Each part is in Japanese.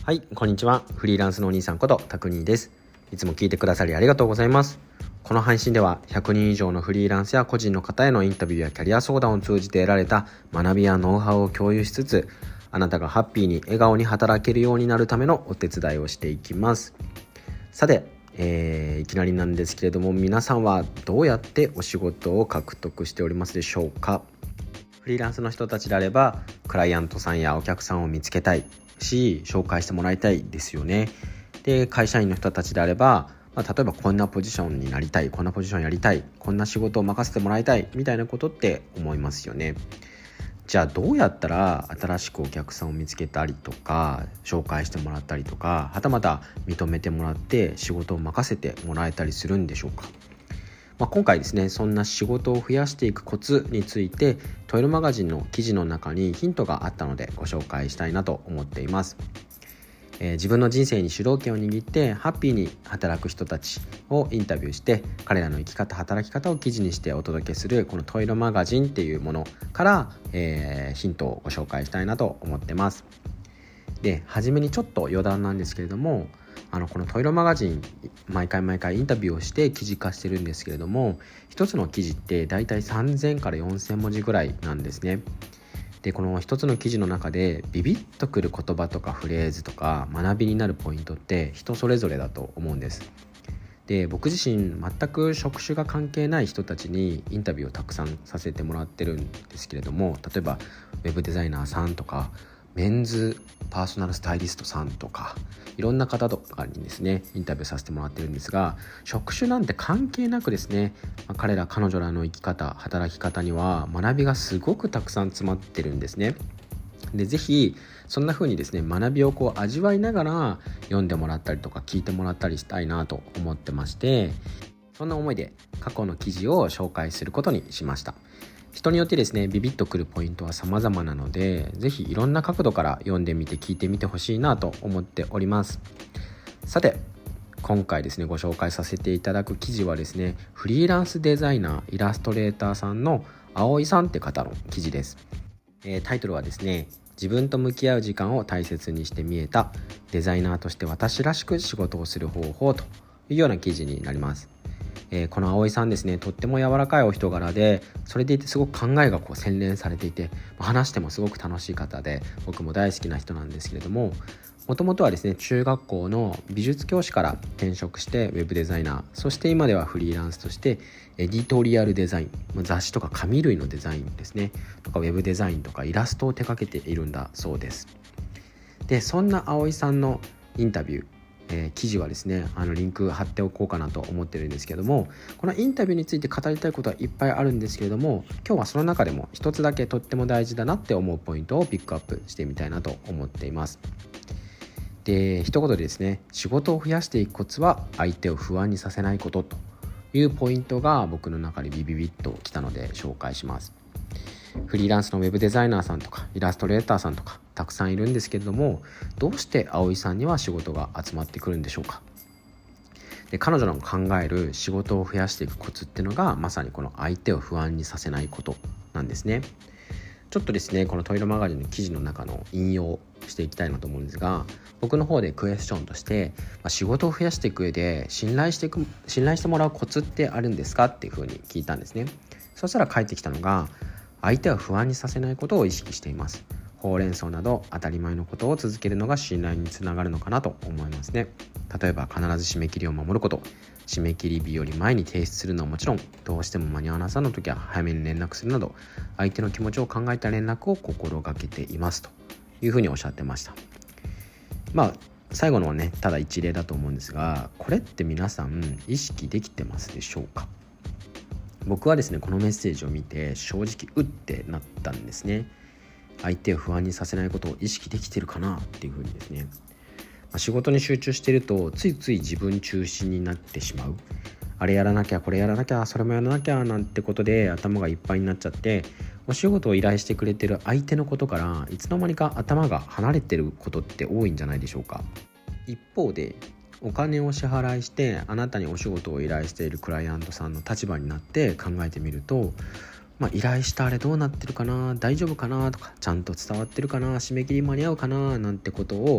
はい、こんにちは。フリーランスのお兄さんことタクニーです。いつも聞いてくださりありがとうございます。この配信では100人以上のフリーランスや個人の方へのインタビューやキャリア相談を通じて得られた学びやノウハウを共有しつつ、あなたがハッピーに笑顔に働けるようになるためのお手伝いをしていきます。さて、いきなりなんですけれども、皆さんはどうやってお仕事を獲得しておりますでしょうか。フリーランスの人たちであればクライアントさんやお客さんを見つけたいし、紹介してもらいたいですよね。で、会社員の人たちであれば、例えばこんなポジションになりたい、こんなポジションやりたい、こんな仕事を任せてもらいたいみたいなことって思いますよね。じゃあどうやったら新しくお客さんを見つけたりとか紹介してもらったりとか、はたまた認めてもらって仕事を任せてもらえたりするんでしょうか。今回ですね、そんな仕事を増やしていくコツについてトイルマガジンの記事の中にヒントがあったのでご紹介したいなと思っています。自分の人生に主導権を握ってハッピーに働く人たちをインタビューして、彼らの生き方働き方を記事にしてお届けするこのトイルマガジンっていうものから、ヒントをご紹介したいなと思ってます。で、初めにちょっと余談なんですけれども、このトイロマガジン毎回インタビューをして記事化してるんですけれども、一つの記事ってだいたい3000から4000文字ぐらいなんですね。で、この一つの記事の中でビビッとくる言葉とかフレーズとか学びになるポイントって人それぞれだと思うんです。で、僕自身全く職種が関係ない人たちにインタビューをたくさんさせてもらってるんですけれども、例えばウェブデザイナーさんとかメンズパーソナルスタイリストさんとか、いろんな方とかにですねインタビューさせてもらってるんですが、職種なんて関係なくですね、彼女らの生き方働き方には学びがすごくたくさん詰まってるんですね。で、ぜひそんな風にですね学びを味わいながら読んでもらったりとか聞いてもらったりしたいなと思ってまして、そんな思いで過去の記事を紹介することにしました。人によってですねビビッとくるポイントは様々なので、ぜひいろんな角度から読んでみて聞いてみてほしいなと思っております。さて、今回ですねご紹介させていただく記事はですね、フリーランスデザイナーイラストレーターさんの葵さんって方の記事です。タイトルはですね、自分と向き合う時間を大切にして見えたデザイナーとして私らしく仕事をする方法というような記事になります。この葵さんですね、とっても柔らかいお人柄で、それでいてすごく考えが洗練されていて、話してもすごく楽しい方で、僕も大好きな人なんですけれども、もともとはですね中学校の美術教師から転職してウェブデザイナー、そして今ではフリーランスとしてエディトリアルデザイン、雑誌とか紙類のデザインですねとかウェブデザインとかイラストを手掛けているんだそうです。で、そんな葵さんのインタビュー、記事はですねリンク貼っておこうかなと思ってるんですけども、このインタビューについて語りたいことはいっぱいあるんですけれども、今日はその中でも一つだけとっても大事だなって思うポイントをピックアップしてみたいなと思っています。で、一言でですね、仕事を増やしていくコツは相手を不安にさせないことというポイントが僕の中でビビビッときたので紹介します。フリーランスのウェブデザイナーさんとかイラストレーターさんとかたくさんいるんですけれども、どうして葵さんには仕事が集まってくるんでしょうか。で、彼女の考える仕事を増やしていくコツっていうのがまさにこの相手を不安にさせないことなんですね。ちょっとですねこのトイレマガジンの記事の中の引用していきたいなと思うんですが、僕の方でクエスチョンとして、仕事を増やしていく上で信頼してもらうコツってあるんですかっていうふうに聞いたんですね。そしたら返ってきたのが、相手は不安にさせないことを意識しています。ほうれん草など当たり前のことを続けるのが信頼につながるのかなと思いますね。例えば必ず締め切りを守ること、締め切り日より前に提出するのはもちろん、どうしても間に合わなさの時は早めに連絡するなど、相手の気持ちを考えた連絡を心がけていますというふうにおっしゃってました。最後のはねただ一例だと思うんですが、これって皆さん意識できてますでしょうか。僕はですねこのメッセージを見て正直うってなったんですね。相手を不安にさせないことを意識できてるかなっていうふうにですね、仕事に集中しているとついつい自分中心になってしまう。あれやらなきゃこれやらなきゃそれもやらなきゃなんてことで頭がいっぱいになっちゃって、お仕事を依頼してくれてる相手のことからいつの間にか頭が離れてることって多いんじゃないでしょうか。一方でお金を支払いしてあなたにお仕事を依頼しているクライアントさんの立場になって考えてみると、依頼したあれどうなってるかな、大丈夫かなとか、ちゃんと伝わってるかな、締め切り間に合うかななんてことを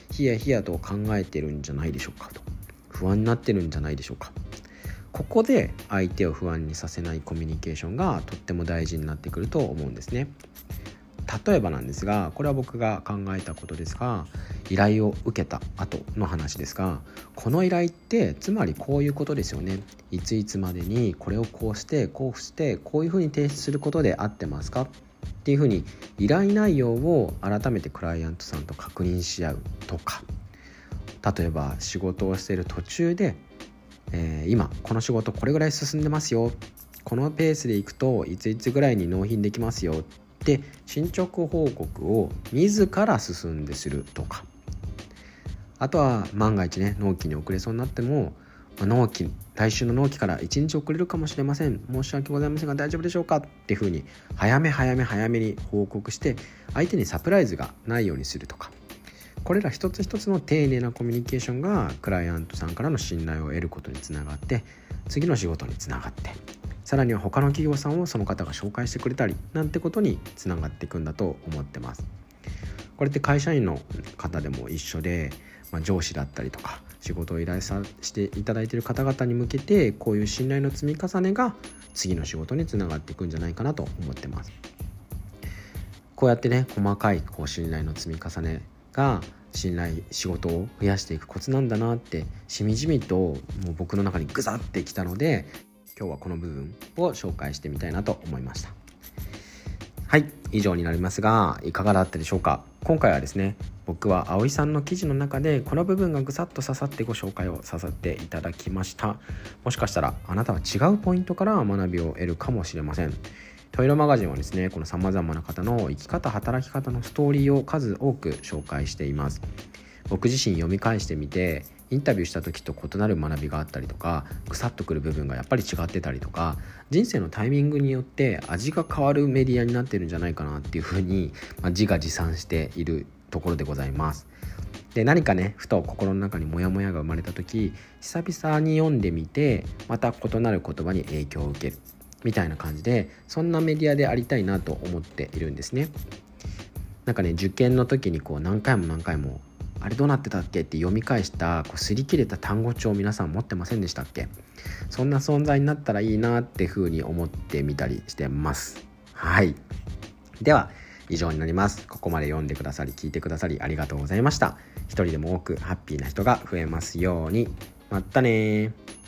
ヒヤヒヤと考えてるんじゃないでしょうかと、不安になってるんじゃないでしょうか。ここで相手を不安にさせないコミュニケーションがとっても大事になってくると思うんですね。例えばなんですが、これは僕が考えたことですが、依頼を受けた後の話ですが、この依頼ってつまりこういうことですよね。いついつまでにこれをこうしてこうしてこういうふうに提出することで合ってますかっていうふうに依頼内容を改めてクライアントさんと確認し合うとか、例えば仕事をしている途中で、今この仕事これぐらい進んでますよ、このペースでいくといついつぐらいに納品できますよって進捗報告を自ら進んでするとか、あとは万が一ね納期に遅れそうになっても、来週の納期から1日遅れるかもしれません、申し訳ございませんが大丈夫でしょうかっていうふうに早めに報告して相手にサプライズがないようにするとか、これら一つ一つの丁寧なコミュニケーションがクライアントさんからの信頼を得ることにつながって、次の仕事につながって、さらには他の企業さんをその方が紹介してくれたりなんてことにつながっていくんだと思ってます。これって会社員の方でも一緒で、上司だったりとか仕事を依頼していただいている方々に向けて、こういう信頼の積み重ねが次の仕事につながっていくんじゃないかなと思ってます。こうやってね、細かい信頼の積み重ねが仕事を増やしていくコツなんだなってしみじみともう僕の中にグザってきたので、今日はこの部分を紹介してみたいなと思いました。はい、以上になりますがいかがだったでしょうか。今回はですね、僕は葵さんの記事の中でこの部分がぐさっと刺さってご紹介をさせていただきました。もしかしたらあなたは違うポイントから学びを得るかもしれません。トイロマガジンはですね、この様々な方の生き方働き方のストーリーを数多く紹介しています。僕自身読み返してみて、インタビューした時と異なる学びがあったりとか、ぐさっとくる部分がやっぱり違ってたりとか、人生のタイミングによって味が変わるメディアになってるんじゃないかなっていうふうに、自画自賛しているところでございます。で、何かね、ふと心の中にモヤモヤが生まれた時、久々に読んでみて、また異なる言葉に影響を受けるみたいな感じで、そんなメディアでありたいなと思っているんですね。なんかね、受験の時に何回もあれどうなってたっけって読み返した擦り切れた単語帳を皆さん持ってませんでしたっけ。そんな存在になったらいいなって風に思ってみたりしてます。はい、では以上になります。ここまで読んでくださり聞いてくださりありがとうございました。一人でも多くハッピーな人が増えますように。またね。